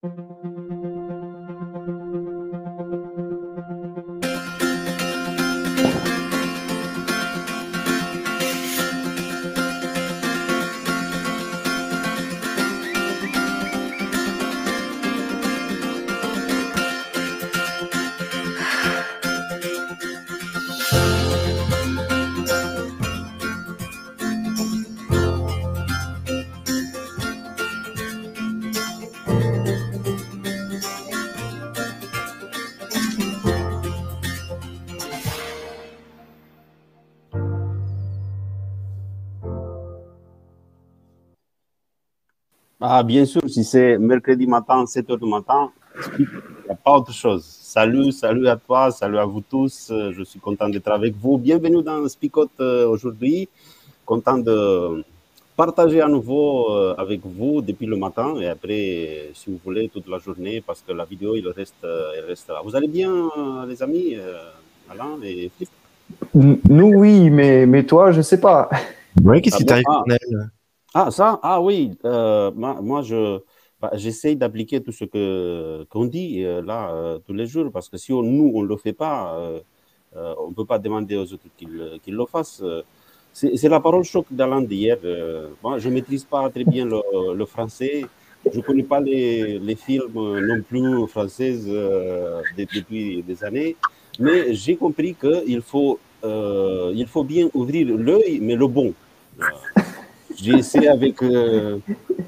Ah, bien sûr, si c'est mercredi matin, 7 heures du matin, il n'y a pas autre chose. Salut, salut à toi, salut à vous tous. Je suis content d'être avec vous. Bienvenue dans Spicote aujourd'hui. Content de partager à nouveau avec vous depuis le matin et après, si vous voulez, toute la journée parce que la vidéo, elle reste là. Vous allez bien, les amis, Alain et Philippe? Nous, oui, mais toi, je sais pas. Ouais, qu'est-ce qui bon, t'arrive, Cornel? ça? Ah oui, moi, j'essaye d'appliquer tout ce qu'on dit là tous les jours parce que si nous, on ne le fait pas, on ne peut pas demander aux autres qu'ils le fassent. C'est la parole choc d'Alain d'hier. Moi, je ne maîtrise pas très bien le français. Je ne connais pas les films non plus français depuis des années. Mais j'ai compris qu'il faut bien ouvrir l'œil, mais le bon. J'ai essayé avec le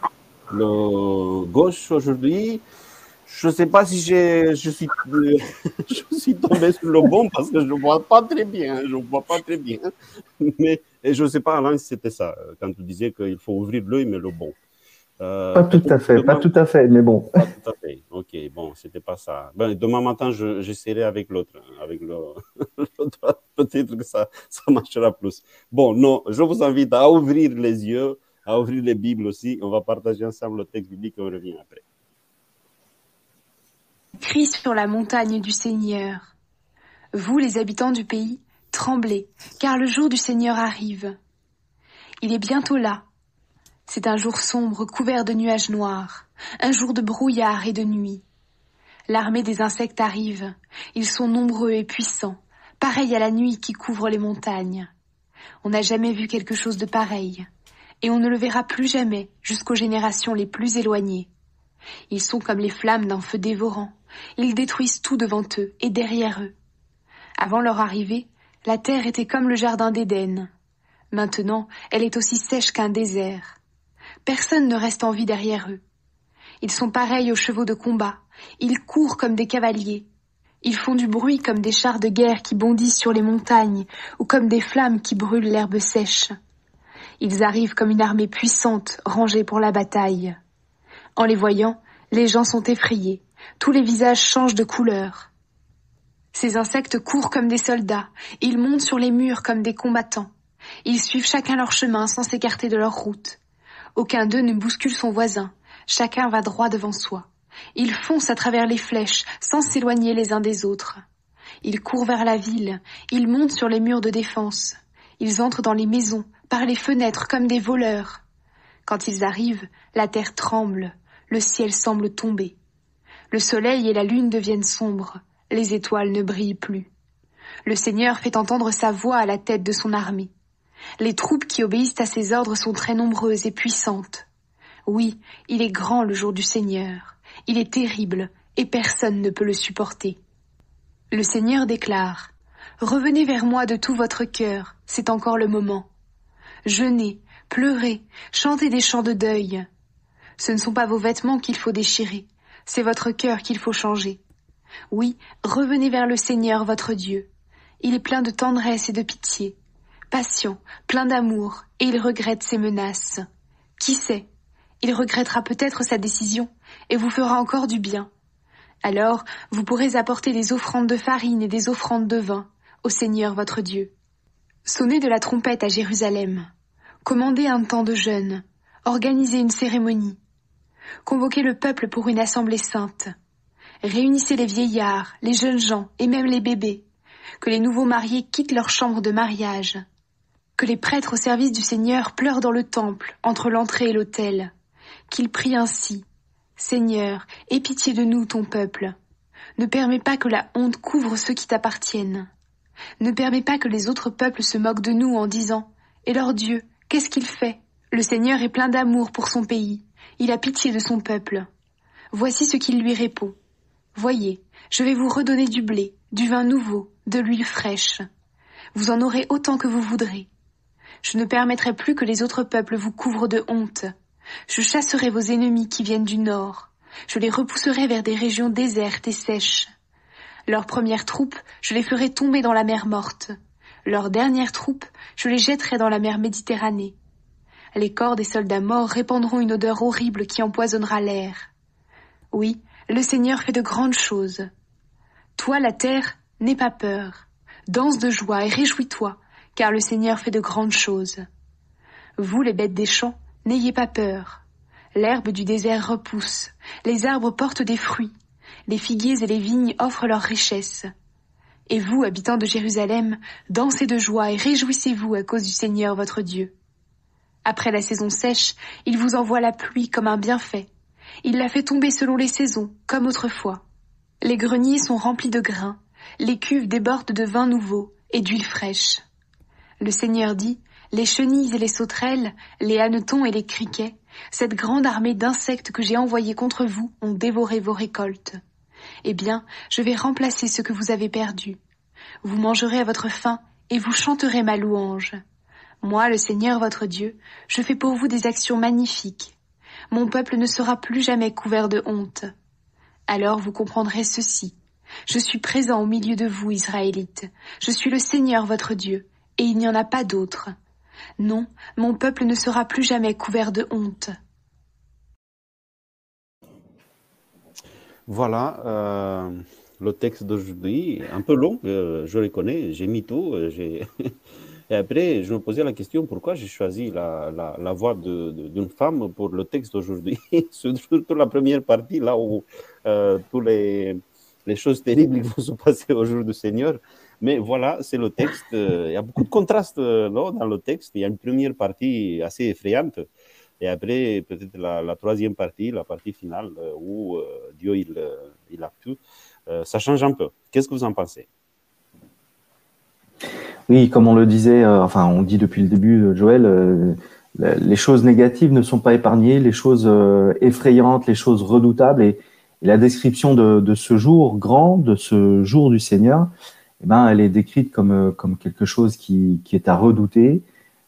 gauche aujourd'hui. Je ne sais pas si je suis tombé sur le bon parce que je ne vois pas très bien. Je vois pas très bien. Mais je ne sais pas, Alain, si c'était ça, quand tu disais qu'il faut ouvrir l'œil, mais le bon. Pas tout à fait, mais bon. Pas tout à fait. Ok, bon, c'était pas ça. Ben, demain matin, j'essaierai avec l'autre, avec l'autre. Peut-être que ça marchera plus. Bon, non, je vous invite à ouvrir les yeux, à ouvrir les Bibles aussi. On va partager ensemble le texte biblique et on revient après. Crie sur la montagne du Seigneur. Vous, les habitants du pays, tremblez, car le jour du Seigneur arrive. Il est bientôt là. C'est un jour sombre couvert de nuages noirs, un jour de brouillard et de nuit. L'armée des insectes arrive. Ils sont nombreux et puissants, pareils à la nuit qui couvre les montagnes. On n'a jamais vu quelque chose de pareil, et on ne le verra plus jamais jusqu'aux générations les plus éloignées. Ils sont comme les flammes d'un feu dévorant. Ils détruisent tout devant eux et derrière eux. Avant leur arrivée, la terre était comme le jardin d'Éden. Maintenant, elle est aussi sèche qu'un désert. Personne ne reste en vie derrière eux. Ils sont pareils aux chevaux de combat. Ils courent comme des cavaliers. Ils font du bruit comme des chars de guerre qui bondissent sur les montagnes ou comme des flammes qui brûlent l'herbe sèche. Ils arrivent comme une armée puissante rangée pour la bataille. En les voyant, les gens sont effrayés. Tous les visages changent de couleur. Ces insectes courent comme des soldats. Ils montent sur les murs comme des combattants. Ils suivent chacun leur chemin sans s'écarter de leur route. Aucun d'eux ne bouscule son voisin. Chacun va droit devant soi. Ils foncent à travers les flèches sans s'éloigner les uns des autres. Ils courent vers la ville. Ils montent sur les murs de défense. Ils entrent dans les maisons, par les fenêtres comme des voleurs. Quand ils arrivent, la terre tremble. Le ciel semble tomber. Le soleil et la lune deviennent sombres. Les étoiles ne brillent plus. Le Seigneur fait entendre sa voix à la tête de son armée. Les troupes qui obéissent à ses ordres sont très nombreuses et puissantes. Oui, il est grand le jour du Seigneur. Il est terrible et personne ne peut le supporter. Le Seigneur déclare : « Revenez vers moi de tout votre cœur, c'est encore le moment. Jeûnez, pleurez, chantez des chants de deuil. Ce ne sont pas vos vêtements qu'il faut déchirer, c'est votre cœur qu'il faut changer. Oui, revenez vers le Seigneur votre Dieu. Il est plein de tendresse et de pitié, patient, plein d'amour, et il regrette ses menaces. Qui sait ? Il regrettera peut-être sa décision et vous fera encore du bien. Alors, vous pourrez apporter des offrandes de farine et des offrandes de vin au Seigneur votre Dieu. Sonnez de la trompette à Jérusalem. Commandez un temps de jeûne. Organisez une cérémonie. Convoquez le peuple pour une assemblée sainte. Réunissez les vieillards, les jeunes gens et même les bébés. Que les nouveaux mariés quittent leur chambre de mariage. Que les prêtres au service du Seigneur pleurent dans le temple, entre l'entrée et l'autel. Qu'ils prient ainsi. Seigneur, aie pitié de nous, ton peuple. Ne permets pas que la honte couvre ceux qui t'appartiennent. Ne permets pas que les autres peuples se moquent de nous en disant « Et leur Dieu, qu'est-ce qu'il fait ?» Le Seigneur est plein d'amour pour son pays. Il a pitié de son peuple. Voici ce qu'il lui répond. « Voyez, je vais vous redonner du blé, du vin nouveau, de l'huile fraîche. Vous en aurez autant que vous voudrez. Je ne permettrai plus que les autres peuples vous couvrent de honte. Je chasserai vos ennemis qui viennent du nord. Je les repousserai vers des régions désertes et sèches. Leurs premières troupes, je les ferai tomber dans la mer morte. Leurs dernières troupes, je les jetterai dans la mer Méditerranée. Les corps des soldats morts répandront une odeur horrible qui empoisonnera l'air. Oui, le Seigneur fait de grandes choses. Toi, la terre, n'aie pas peur. Danse de joie et réjouis-toi, car le Seigneur fait de grandes choses. Vous, les bêtes des champs, n'ayez pas peur. L'herbe du désert repousse, les arbres portent des fruits, les figuiers et les vignes offrent leurs richesses. Et vous, habitants de Jérusalem, dansez de joie et réjouissez-vous à cause du Seigneur votre Dieu. Après la saison sèche, il vous envoie la pluie comme un bienfait. Il la fait tomber selon les saisons, comme autrefois. Les greniers sont remplis de grains, les cuves débordent de vin nouveau et d'huile fraîche. Le Seigneur dit, les chenilles et les sauterelles, les hannetons et les criquets, cette grande armée d'insectes que j'ai envoyée contre vous ont dévoré vos récoltes. Eh bien, je vais remplacer ce que vous avez perdu. Vous mangerez à votre faim et vous chanterez ma louange. Moi, le Seigneur votre Dieu, je fais pour vous des actions magnifiques. Mon peuple ne sera plus jamais couvert de honte. Alors vous comprendrez ceci. Je suis présent au milieu de vous, Israélites. Je suis le Seigneur votre Dieu, et il n'y en a pas d'autre. Non, mon peuple ne sera plus jamais couvert de honte. Voilà le texte d'aujourd'hui, un peu long, je reconnais, j'ai mis tout. Et après, je me posais la question pourquoi j'ai choisi la voix d'une femme pour le texte d'aujourd'hui. Surtout la première partie, là où toutes les choses terribles vont se passer au jour du Seigneur. Mais voilà, c'est le texte. Il y a beaucoup de contrastes dans le texte. Il y a une première partie assez effrayante. Et après, peut-être la troisième partie, la partie finale, où Dieu il a tout. Ça change un peu. Qu'est-ce que vous en pensez? Oui, comme on le disait, on dit depuis le début, Joël, les choses négatives ne sont pas épargnées, les choses effrayantes, les choses redoutables, et la description de ce jour grand, de ce jour du Seigneur, eh ben, elle est décrite comme quelque chose qui est à redouter,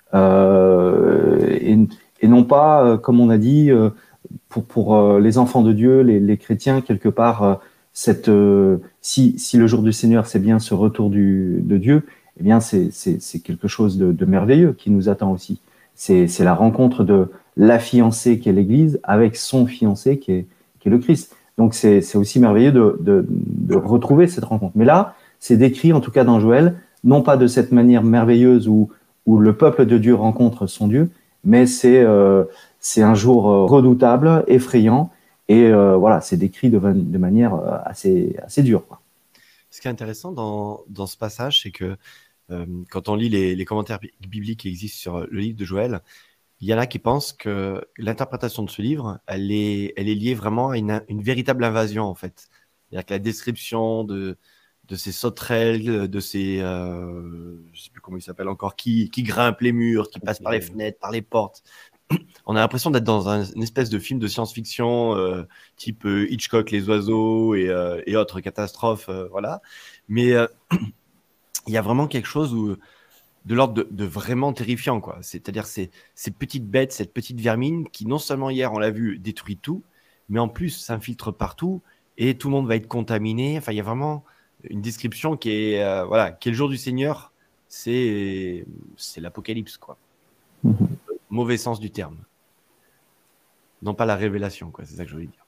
et non pas, comme on a dit, pour les enfants de Dieu, les chrétiens, quelque part, si le jour du Seigneur, c'est bien ce retour de Dieu, eh bien, c'est quelque chose de merveilleux qui nous attend aussi. C'est la rencontre de la fiancée qui est l'Église avec son fiancé qui est le Christ. Donc, c'est aussi merveilleux de retrouver cette rencontre. Mais là, c'est décrit, en tout cas dans Joël, non pas de cette manière merveilleuse où le peuple de Dieu rencontre son Dieu, mais c'est un jour redoutable, effrayant, et voilà, c'est décrit de manière assez dure, quoi. Ce qui est intéressant dans ce passage, c'est que quand on lit les commentaires bibliques qui existent sur le livre de Joël, il y en a qui pensent que l'interprétation de ce livre, elle est liée vraiment à une véritable invasion, en fait. C'est-à-dire que la description de ces sauterelles, de ces, je sais plus comment ils s'appellent encore, qui grimpent les murs, qui passent par les fenêtres, par les portes. On a l'impression d'être dans une espèce de film de science-fiction type Hitchcock, les oiseaux et autres catastrophes, voilà. Mais il y a vraiment quelque chose de l'ordre de vraiment terrifiant, quoi. C'est-à-dire ces petites bêtes, cette petite vermine qui, non seulement hier, on l'a vu, détruit tout, mais en plus s'infiltre partout et tout le monde va être contaminé. Enfin, il y a vraiment une description qui est, voilà, qui est le jour du Seigneur, c'est l'apocalypse, quoi. Mm-hmm. Mauvais sens du terme. Non pas la révélation, quoi. C'est ça que je voulais dire.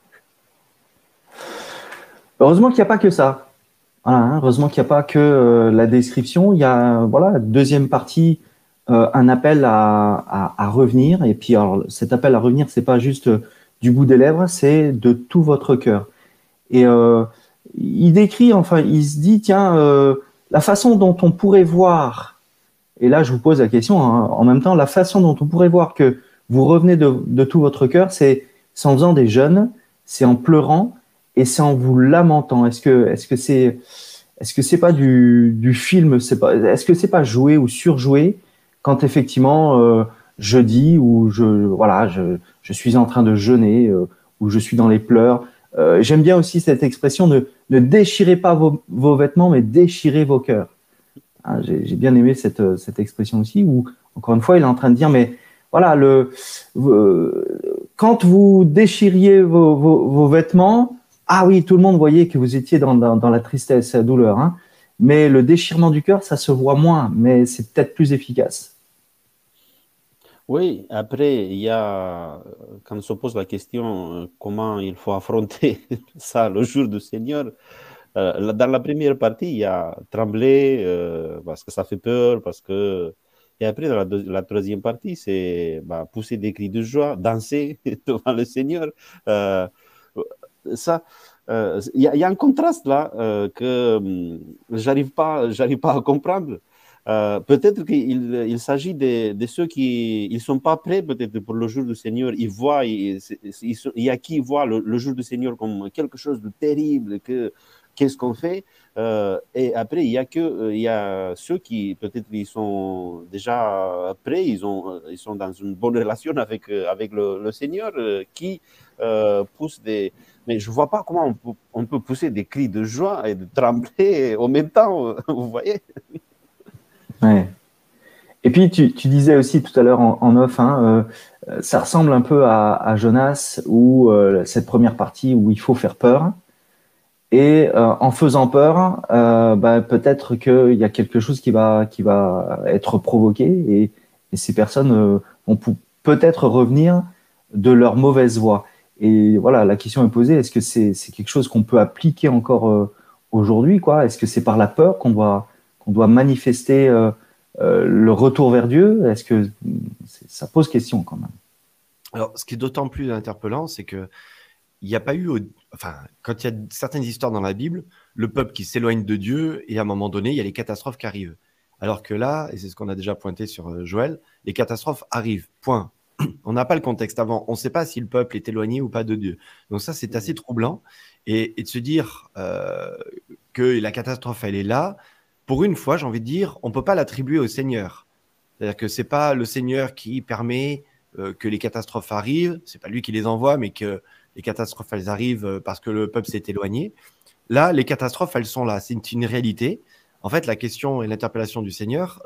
Heureusement qu'il n'y a pas que ça. Voilà, hein, heureusement qu'il n'y a pas que la description. Il y a, voilà, deuxième partie, un appel à revenir. Et puis, alors, cet appel à revenir, c'est pas juste du bout des lèvres, c'est de tout votre cœur. Et il décrit, enfin, il se dit, tiens, la façon dont on pourrait voir. Et là, je vous pose la question, hein, en même temps, la façon dont on pourrait voir que vous revenez de tout votre cœur, c'est c'est en faisant des jeûnes, c'est en pleurant et c'est en vous lamentant. Est-ce que c'est pas du film, est-ce que c'est pas joué ou surjoué quand effectivement je dis ou je suis en train de jeûner ou je suis dans les pleurs. J'aime bien aussi cette expression de ne déchirez pas vos vêtements, mais déchirez vos cœurs. Hein, j'ai bien aimé cette expression aussi, où, encore une fois, il est en train de dire, mais voilà, quand vous déchiriez vos vêtements, ah oui, tout le monde voyait que vous étiez dans la tristesse, la douleur, hein, mais le déchirement du cœur, ça se voit moins, mais c'est peut-être plus efficace. Oui, après, il y a, quand on se pose la question comment il faut affronter ça le jour du Seigneur, dans la première partie, il y a trembler parce que ça fait peur, et après, dans la troisième partie, c'est pousser des cris de joie, danser devant le Seigneur. Euh, ça, y a un contraste là que j'arrive pas à comprendre. Peut-être qu'il s'agit de ceux qui ne sont pas prêts peut-être pour le jour du Seigneur. Ils voient, il y a qui voit le jour du Seigneur comme quelque chose de terrible, qu'est-ce qu'on fait? Et après, il y a ceux qui peut-être ils sont déjà prêts, ils sont dans une bonne relation avec le Seigneur qui poussent des... Mais je ne vois pas comment on peut pousser des cris de joie et de trembler en même temps, vous voyez? Ouais. Et puis, tu disais aussi tout à l'heure en off, hein, ça ressemble un peu à Jonas, ou cette première partie où il faut faire peur. Et en faisant peur, peut-être qu'il y a quelque chose qui va être provoqué et ces personnes vont peut-être revenir de leur mauvaise voie. Et voilà, la question est posée, est-ce que c'est quelque chose qu'on peut appliquer encore aujourd'hui, quoi? Est-ce que c'est par la peur qu'on doit manifester le retour vers Dieu? Est-ce que ça pose question quand même? Alors, ce qui est d'autant plus interpellant, c'est que il n'y a pas eu, quand il y a certaines histoires dans la Bible, le peuple qui s'éloigne de Dieu et à un moment donné, il y a les catastrophes qui arrivent. Alors que là, et c'est ce qu'on a déjà pointé sur Joël, les catastrophes arrivent, point. On n'a pas le contexte avant. On ne sait pas si le peuple est éloigné ou pas de Dieu. Donc ça, c'est assez troublant. Et de se dire que la catastrophe, elle est là, pour une fois, j'ai envie de dire, on ne peut pas l'attribuer au Seigneur. C'est-à-dire que ce n'est pas le Seigneur qui permet que les catastrophes arrivent, ce n'est pas lui qui les envoie, mais que les catastrophes, elles arrivent parce que le peuple s'est éloigné. Là, les catastrophes, elles sont là. C'est une réalité. En fait, la question et l'interpellation du Seigneur,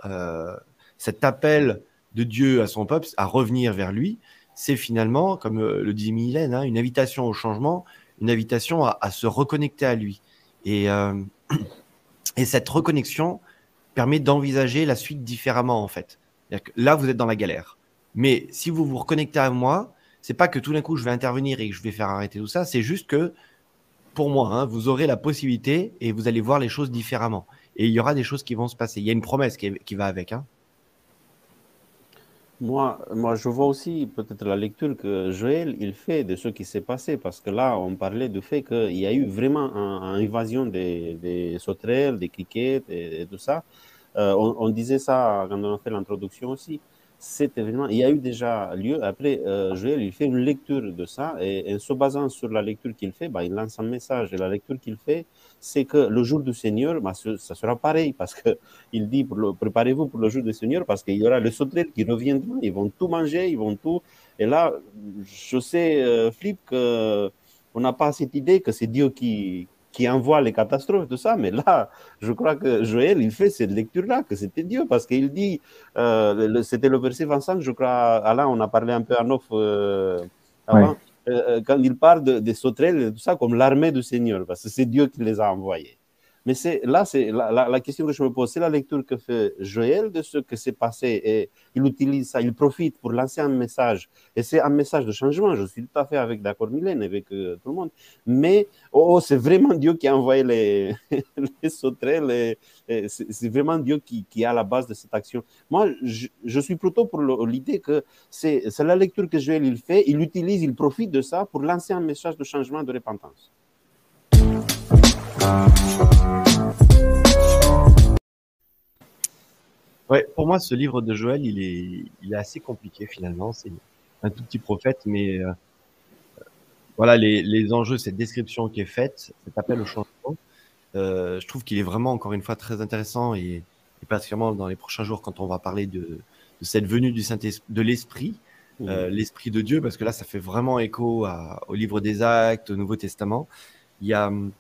cet appel de Dieu à son peuple à revenir vers lui, c'est finalement, comme le dit Mylène, hein, une invitation au changement, une invitation à se reconnecter à lui. Et cette reconnexion permet d'envisager la suite différemment, en fait. C'est-à-dire que là, vous êtes dans la galère. Mais si vous vous reconnectez à moi, c'est pas que tout d'un coup je vais intervenir et que je vais faire arrêter tout ça, c'est juste que pour moi, hein, vous aurez la possibilité et vous allez voir les choses différemment. Et il y aura des choses qui vont se passer. Il y a une promesse qui va avec. Hein. Moi, je vois aussi peut-être la lecture que Joël il fait de ce qui s'est passé, parce que là, on parlait du fait qu'il y a eu vraiment une invasion des sauterelles, des criquets et tout ça. On disait ça quand on a fait l'introduction aussi. Cet événement, il y a eu déjà lieu. Après, Joël, il fait une lecture de ça et en se basant sur la lecture qu'il fait, il lance un message. Et la lecture qu'il fait, c'est que le jour du Seigneur, ça sera pareil parce qu'il dit préparez-vous pour le jour du Seigneur parce qu'il y aura les sauterelles qui reviendront, ils vont tout manger, ils vont tout. Et là, je sais, Flip, qu'on n'a pas cette idée que c'est Dieu qui envoie les catastrophes, tout ça, mais là, je crois que Joël, il fait cette lecture-là, que c'était Dieu, parce qu'il dit, c'était le verset 25, je crois, Alain, on a parlé un peu en off avant, quand il parle des sauterelles et tout ça, comme l'armée du Seigneur, parce que c'est Dieu qui les a envoyés. Mais c'est la question que je me pose, c'est la lecture que fait Joël de ce que s'est passé, et il utilise ça, il profite pour lancer un message, et c'est un message de changement, je suis tout à fait d'accord Mylène, avec tout le monde, mais c'est vraiment Dieu qui a envoyé les sauterelles, c'est vraiment Dieu qui est à la base de cette action. Moi, je suis plutôt pour l'idée que c'est la lecture que Joël il fait, il utilise, il profite de ça pour lancer un message de changement, de repentance. Ouais, pour moi, ce livre de Joël, il est assez compliqué finalement. C'est un tout petit prophète, mais voilà, les enjeux, cette description qui est faite, cet appel au changement, je trouve qu'il est vraiment, encore une fois, très intéressant et particulièrement dans les prochains jours quand on va parler de cette venue de l'Esprit, l'Esprit de Dieu, parce que là, ça fait vraiment écho au livre des Actes, au Nouveau Testament. Il y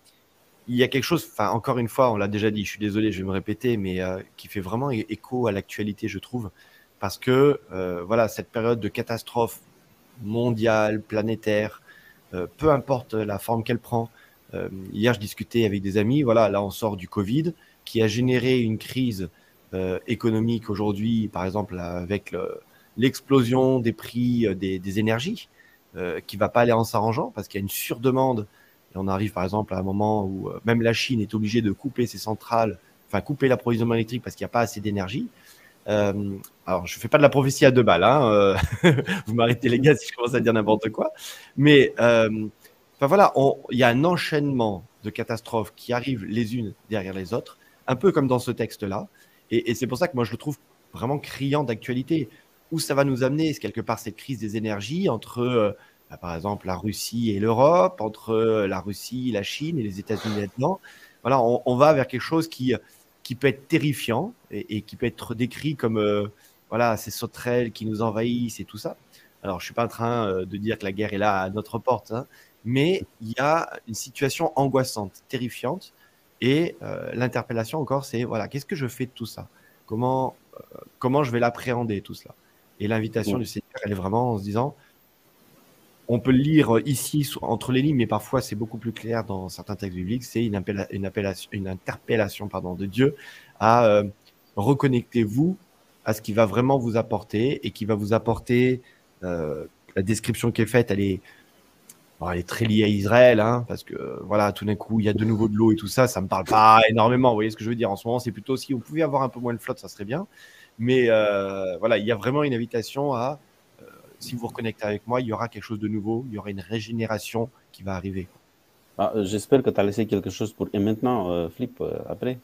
a quelque chose, enfin, encore une fois, on l'a déjà dit, je suis désolé, je vais me répéter, mais qui fait vraiment écho à l'actualité, je trouve, parce que voilà, cette période de catastrophe mondiale, planétaire, peu importe la forme qu'elle prend. Hier, je discutais avec des amis, voilà, là, on sort du Covid, qui a généré une crise économique aujourd'hui, par exemple, avec l'explosion des prix des énergies, qui ne va pas aller en s'arrangeant, parce qu'il y a une surdemande. Et on arrive, par exemple, à un moment où même la Chine est obligée de couper ses centrales, enfin, couper l'approvisionnement électrique parce qu'il n'y a pas assez d'énergie. Alors, je ne fais pas de la prophétie à 2 balles, hein, vous m'arrêtez les gars si je commence à dire n'importe quoi, mais enfin voilà, il y a un enchaînement de catastrophes qui arrivent les unes derrière les autres, un peu comme dans ce texte-là, et c'est pour ça que moi je le trouve vraiment criant d'actualité. Où ça va nous amener, c'est quelque part cette crise des énergies entre par exemple la Russie et l'Europe, entre la Russie, la Chine et les États-Unis maintenant. Voilà, on va vers quelque chose qui peut être terrifiant et qui peut être décrit comme voilà, ces sauterelles qui nous envahissent et tout ça. Alors, je suis pas en train de dire que la guerre est là à notre porte, hein, mais il y a une situation angoissante, terrifiante, et l'interpellation encore, c'est voilà, qu'est-ce que je fais de tout ça? Comment je vais l'appréhender tout cela? Et l'invitation du Seigneur, elle est vraiment en se disant, on peut le lire ici entre les lignes, mais parfois c'est beaucoup plus clair dans certains textes bibliques. C'est une interpellation de Dieu à reconnectez-vous à ce qui va vraiment vous apporter et qui va vous apporter. La description qui est faite, elle est très liée à Israël, hein, parce que voilà, tout d'un coup, il y a de nouveau de l'eau et tout ça. Ça me parle pas énormément. Vous voyez ce que je veux dire? En ce moment, c'est plutôt si on pouvait avoir un peu moins de flotte, ça serait bien. Mais voilà, il y a vraiment une invitation à si vous reconnectez avec moi, il y aura quelque chose de nouveau, il y aura une régénération qui va arriver. Ah, j'espère que tu as laissé quelque chose pour et maintenant, Flip, après.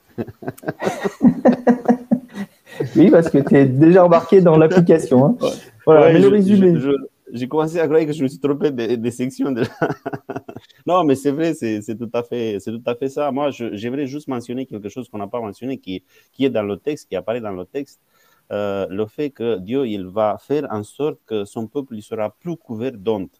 Oui, parce que tu es déjà embarqué dans l'application. Hein. Voilà, ouais, mais le résumé. J'ai commencé à croire que je me suis trompé des sections. Non, mais c'est vrai, c'est tout à fait ça. Moi, j'aimerais juste mentionner quelque chose qu'on n'a pas mentionné, qui est dans le texte, qui apparaît dans le texte. Le fait que Dieu, il va faire en sorte que son peuple il sera plus couvert d'honte.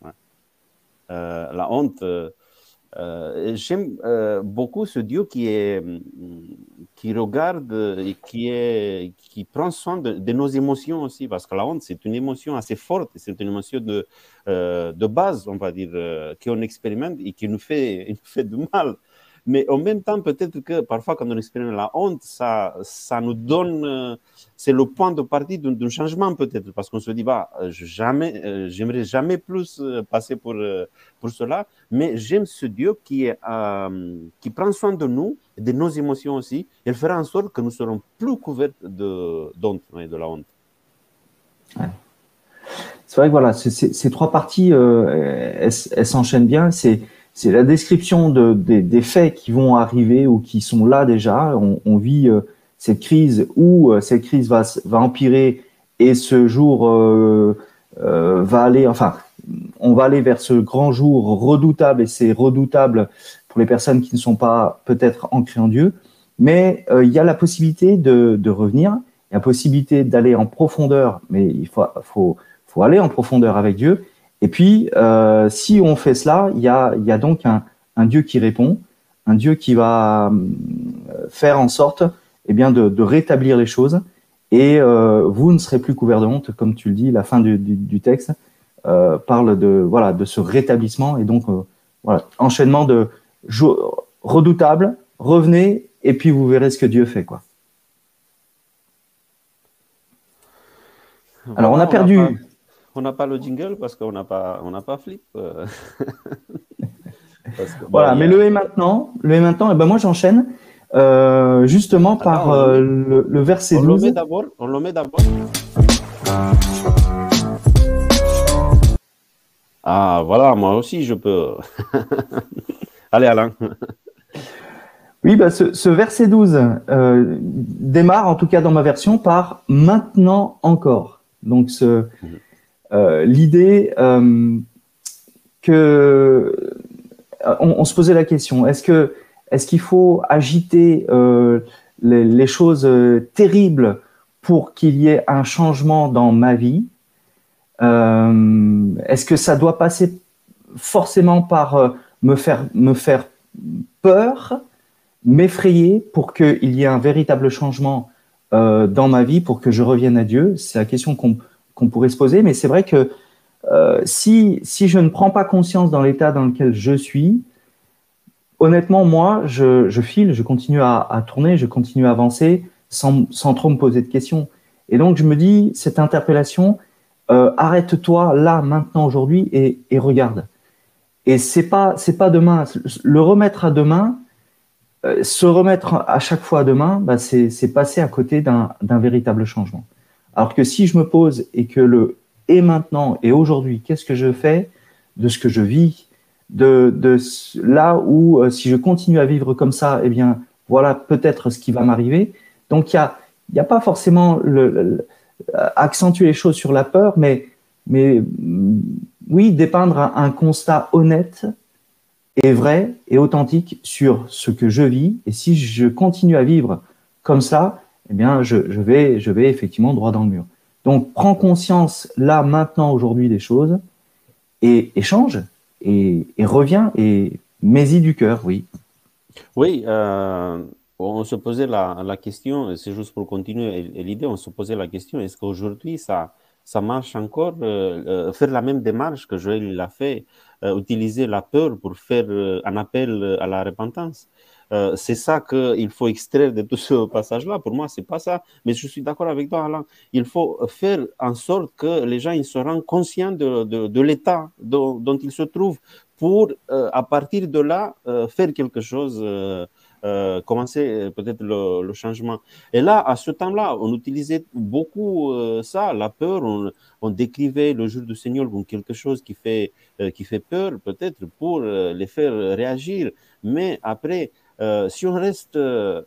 La honte, j'aime beaucoup ce Dieu qui regarde et qui prend soin de nos émotions aussi, parce que la honte, c'est une émotion assez forte, c'est une émotion de base, on va dire, qu'on expérimente et qui nous fait du mal. Mais en même temps, peut-être que parfois, quand on expérimente la honte, ça nous donne, c'est le point de partie d'un changement peut-être, parce qu'on se dit, j'aimerais jamais plus passer pour cela. Mais j'aime ce Dieu qui prend soin de nous, de nos émotions aussi. Il fera en sorte que nous serons plus couverts d'honte, de la honte. Ouais. C'est vrai que voilà, ces 3 parties, elles s'enchaînent bien. C'est la description des faits qui vont arriver ou qui sont là déjà. On vit cette crise où cette crise va empirer et ce jour va aller, enfin, on va aller vers ce grand jour redoutable, et c'est redoutable pour les personnes qui ne sont pas peut-être ancrées en Dieu. Mais il y a la possibilité de revenir, il y a la possibilité d'aller en profondeur, mais il faut aller en profondeur avec Dieu. Et puis, si on fait cela, il y a donc un Dieu qui répond, un Dieu qui va faire en sorte de rétablir les choses. Et vous ne serez plus couverts de honte, comme tu le dis, la fin du texte parle de ce rétablissement. Et donc, enchaînement de redoutable, revenez, et puis vous verrez ce que Dieu fait, quoi. Alors, on a perdu... On n'a pas le jingle parce qu'on n'a pas Flip. Voilà, mais le et maintenant, et ben moi j'enchaîne justement par le verset 12. On le met d'abord. Ah, voilà, moi aussi je peux. Allez, Alain. Oui, ce verset 12 démarre, en tout cas dans ma version, par « maintenant encore ». Donc, l'idée que on se posait la question, est-ce qu'il faut agiter les choses terribles pour qu'il y ait un changement dans ma vie? Est-ce que ça doit passer forcément par me faire peur, m'effrayer pour qu'il y ait un véritable changement dans ma vie, pour que je revienne à Dieu? C'est la question qu'on pourrait se poser, mais c'est vrai que si je ne prends pas conscience dans l'état dans lequel je suis, honnêtement, moi, je file, je continue à tourner, je continue à avancer sans trop me poser de questions. Et donc, je me dis, cette interpellation, arrête-toi là, maintenant, aujourd'hui, et regarde. Et c'est pas demain. Le remettre à demain, se remettre à chaque fois à demain, bah, c'est passer à côté d'un véritable changement. Alors que si je me pose et que le et maintenant et aujourd'hui, qu'est-ce que je fais de ce que je vis, de là où si je continue à vivre comme ça, eh bien voilà peut-être ce qui va m'arriver. Donc il y a pas forcément accentuer les choses sur la peur, mais oui, dépeindre un constat honnête et vrai et authentique sur ce que je vis. Et si je continue à vivre comme ça, eh bien, je vais effectivement droit dans le mur. Donc, prends conscience là, maintenant, aujourd'hui des choses et change et reviens et mets-y du cœur, oui. Oui, on se posait la question, c'est juste pour continuer l'idée, on se posait la question, est-ce qu'aujourd'hui ça marche encore, faire la même démarche que Joël l'a fait, utiliser la peur pour faire un appel à la repentance? C'est ça qu'il faut extraire de tout ce passage-là. Pour moi, c'est pas ça. Mais je suis d'accord avec toi, Alain. Il faut faire en sorte que les gens ils se rendent conscients de l'état dont ils se trouvent pour, à partir de là, faire quelque chose, commencer peut-être le changement. Et là, à ce temps-là, on utilisait beaucoup ça, la peur. On décrivait le jour du Seigneur comme quelque chose qui fait peur, peut-être pour les faire réagir. Mais après, si on reste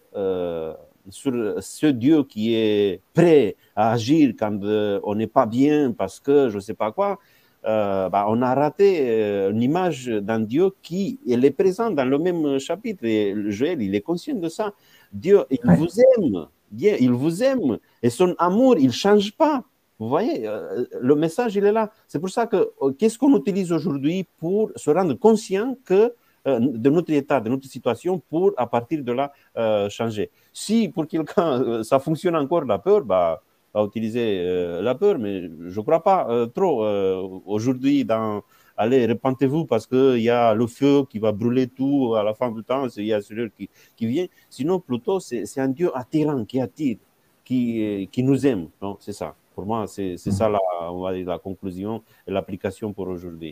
sur ce Dieu qui est prêt à agir quand on n'est pas bien parce que je ne sais pas quoi, on a raté une image d'un Dieu qui il est présent dans le même chapitre. Et Joël, il est conscient de ça. Dieu, il vous aime. Dieu, il vous aime. Et son amour, il ne change pas. Vous voyez, le message, il est là. C'est pour ça que qu'est-ce qu'on utilise aujourd'hui pour se rendre conscient que de notre état, de notre situation, pour à partir de là changer. Si pour quelqu'un ça fonctionne encore la peur, à utiliser la peur, mais je ne crois pas trop aujourd'hui dans allez, repentez-vous parce qu'il y a le feu qui va brûler tout à la fin du temps, il y a celui qui vient. Sinon, plutôt, c'est un Dieu attirant, qui attire, qui nous aime. C'est ça. Pour moi, c'est ça on va dire, la conclusion et l'application pour aujourd'hui.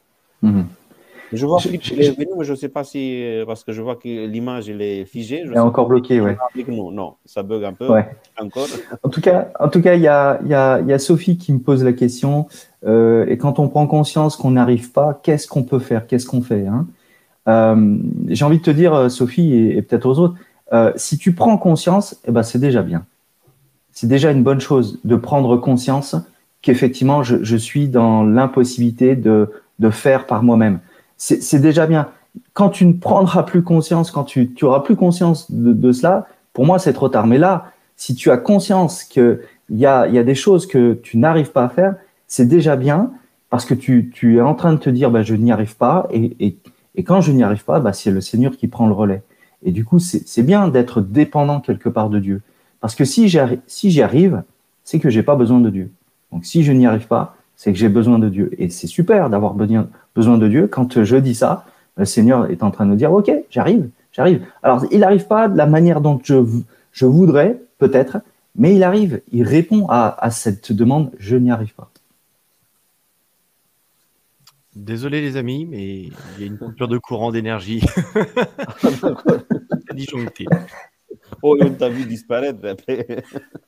Je vois Philippe, il est venu, mais je ne sais pas si, parce que je vois que l'image, elle est figée. Elle est encore bloquée, oui. Non, ça bug un peu, encore. En tout cas, il y a Sophie qui me pose la question, et quand on prend conscience qu'on n'arrive pas, qu'est-ce qu'on peut faire? Qu'est-ce qu'on fait, hein? J'ai envie de te dire, Sophie, et peut-être aux autres, si tu prends conscience, eh ben, c'est déjà bien. C'est déjà une bonne chose de prendre conscience qu'effectivement, je suis dans l'impossibilité de faire par moi-même. C'est déjà bien. Quand tu ne prendras plus conscience, quand tu auras plus conscience de cela, pour moi, c'est trop tard. Mais là, si tu as conscience qu'il y a des choses que tu n'arrives pas à faire, c'est déjà bien parce que tu es en train de te dire je n'y arrive pas et quand je n'y arrive pas, c'est le Seigneur qui prend le relais. Et du coup, c'est bien d'être dépendant quelque part de Dieu. Parce que si j'y arrive, c'est que j'ai pas besoin de Dieu. Donc si je n'y arrive pas, c'est que j'ai besoin de Dieu. Et c'est super d'avoir besoin de Dieu. Quand je dis ça, le Seigneur est en train de me dire, OK, j'arrive. Alors, il n'arrive pas de la manière dont je voudrais, peut-être, mais il arrive. Il répond à cette demande, je n'y arrive pas. Désolé les amis, mais il y a une coupure de courant d'énergie. C'est disjoncté. Oh, on t'a vu disparaître après.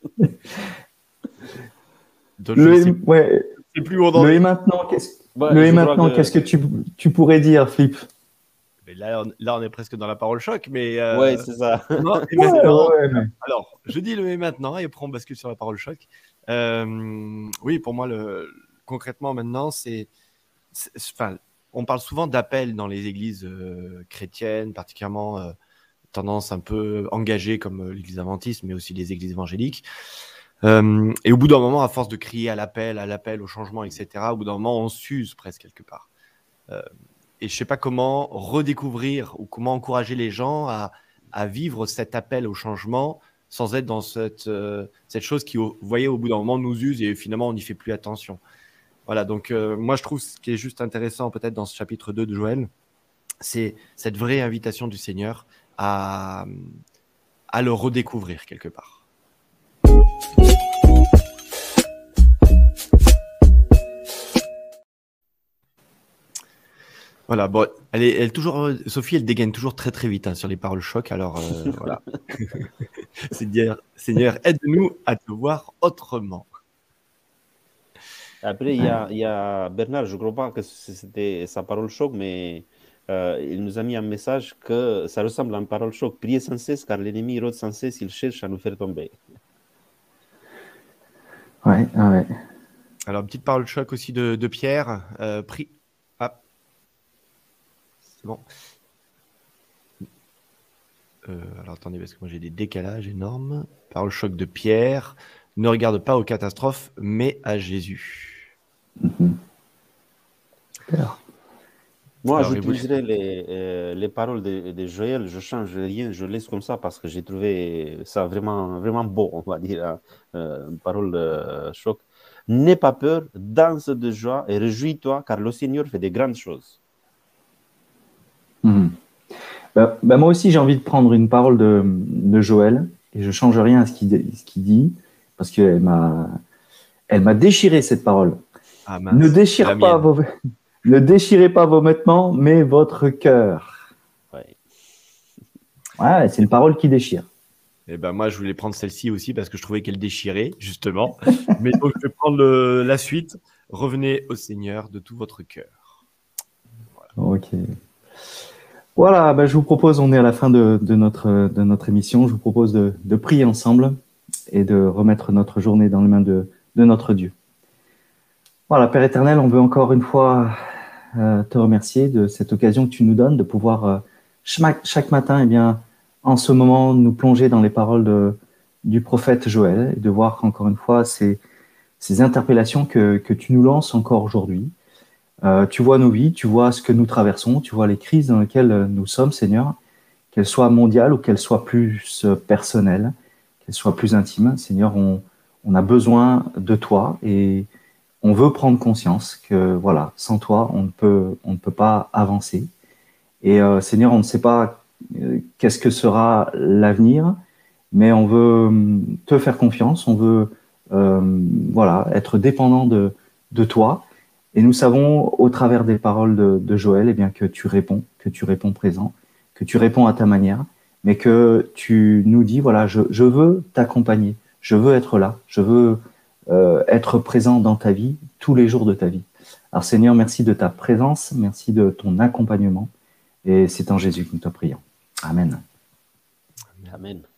C'est plus haut dans le et maintenant, qu'est-ce que tu pourrais dire, Philippe? Mais là, on est presque dans la parole choc, mais ouais, c'est ça. Alors, je dis le et maintenant et après on bascule sur la parole choc. Oui, pour moi, concrètement maintenant, on parle souvent d'appel dans les églises chrétiennes, particulièrement tendance un peu engagée comme l'église adventiste, mais aussi les églises évangéliques. Et au bout d'un moment, à force de crier à l'appel, au changement, etc., au bout d'un moment, on s'use presque quelque part. Et je ne sais pas comment redécouvrir ou comment encourager les gens à vivre cet appel au changement sans être dans cette chose qui, vous voyez, au bout d'un moment, nous use et finalement, on n'y fait plus attention. Voilà, donc moi, je trouve ce qui est juste intéressant peut-être dans ce chapitre 2 de Joël, c'est cette vraie invitation du Seigneur à le redécouvrir quelque part. Voilà, bon, elle est toujours, Sophie, elle dégaine toujours très très vite sur les paroles choc. Alors voilà, c'est dire, Seigneur, aide-nous à te voir autrement. Après, il y a Bernard, je ne crois pas que c'était sa parole choc, mais il nous a mis un message que ça ressemble à une parole choc. Priez sans cesse, car l'ennemi rôde sans cesse, il cherche à nous faire tomber. Ouais. Alors, petite parole choc aussi de Pierre. C'est bon. Alors, attendez, parce que moi, j'ai des décalages énormes. Parole choc de Pierre. Ne regarde pas aux catastrophes, mais à Jésus. Super. Moi, j'utiliserai les paroles de Joël, je ne change rien, je laisse comme ça parce que j'ai trouvé ça vraiment, vraiment beau, on va dire, une parole choc. N'aie pas peur, danse de joie et réjouis-toi car le Seigneur fait des grandes choses. Moi aussi, j'ai envie de prendre une parole de Joël et je ne change rien à ce qu'il dit parce qu'elle m'a déchiré cette parole. Ah, mince, ne déchirez pas vos vêtements, mais votre cœur. Ouais, c'est une parole qui déchire. Et ben moi, je voulais prendre celle-ci aussi parce que je trouvais qu'elle déchirait, justement. Mais donc, je vais prendre la suite. Revenez au Seigneur de tout votre cœur. Voilà. Ok. Voilà, je vous propose, on est à la fin de notre émission, je vous propose de prier ensemble et de remettre notre journée dans les mains de notre Dieu. Voilà, Père éternel, on veut encore une fois te remercier de cette occasion que tu nous donnes de pouvoir chaque matin, en ce moment, nous plonger dans les paroles du prophète Joël et de voir encore une fois ces interpellations que tu nous lances encore aujourd'hui. Tu vois nos vies, tu vois ce que nous traversons, tu vois les crises dans lesquelles nous sommes, Seigneur, qu'elles soient mondiales ou qu'elles soient plus personnelles, qu'elles soient plus intimes. Seigneur, on a besoin de toi et on veut prendre conscience que, voilà, sans toi, on ne peut pas avancer. Et Seigneur, on ne sait pas qu'est-ce que sera l'avenir, mais on veut te faire confiance, on veut être dépendant de toi. Et nous savons, au travers des paroles de Joël, que tu réponds présent, que tu réponds à ta manière, mais que tu nous dis, voilà, je veux t'accompagner, je veux être là, je veux être présent dans ta vie, tous les jours de ta vie. Alors Seigneur, merci de ta présence, merci de ton accompagnement, et c'est en Jésus que nous te prions. Amen. Amen.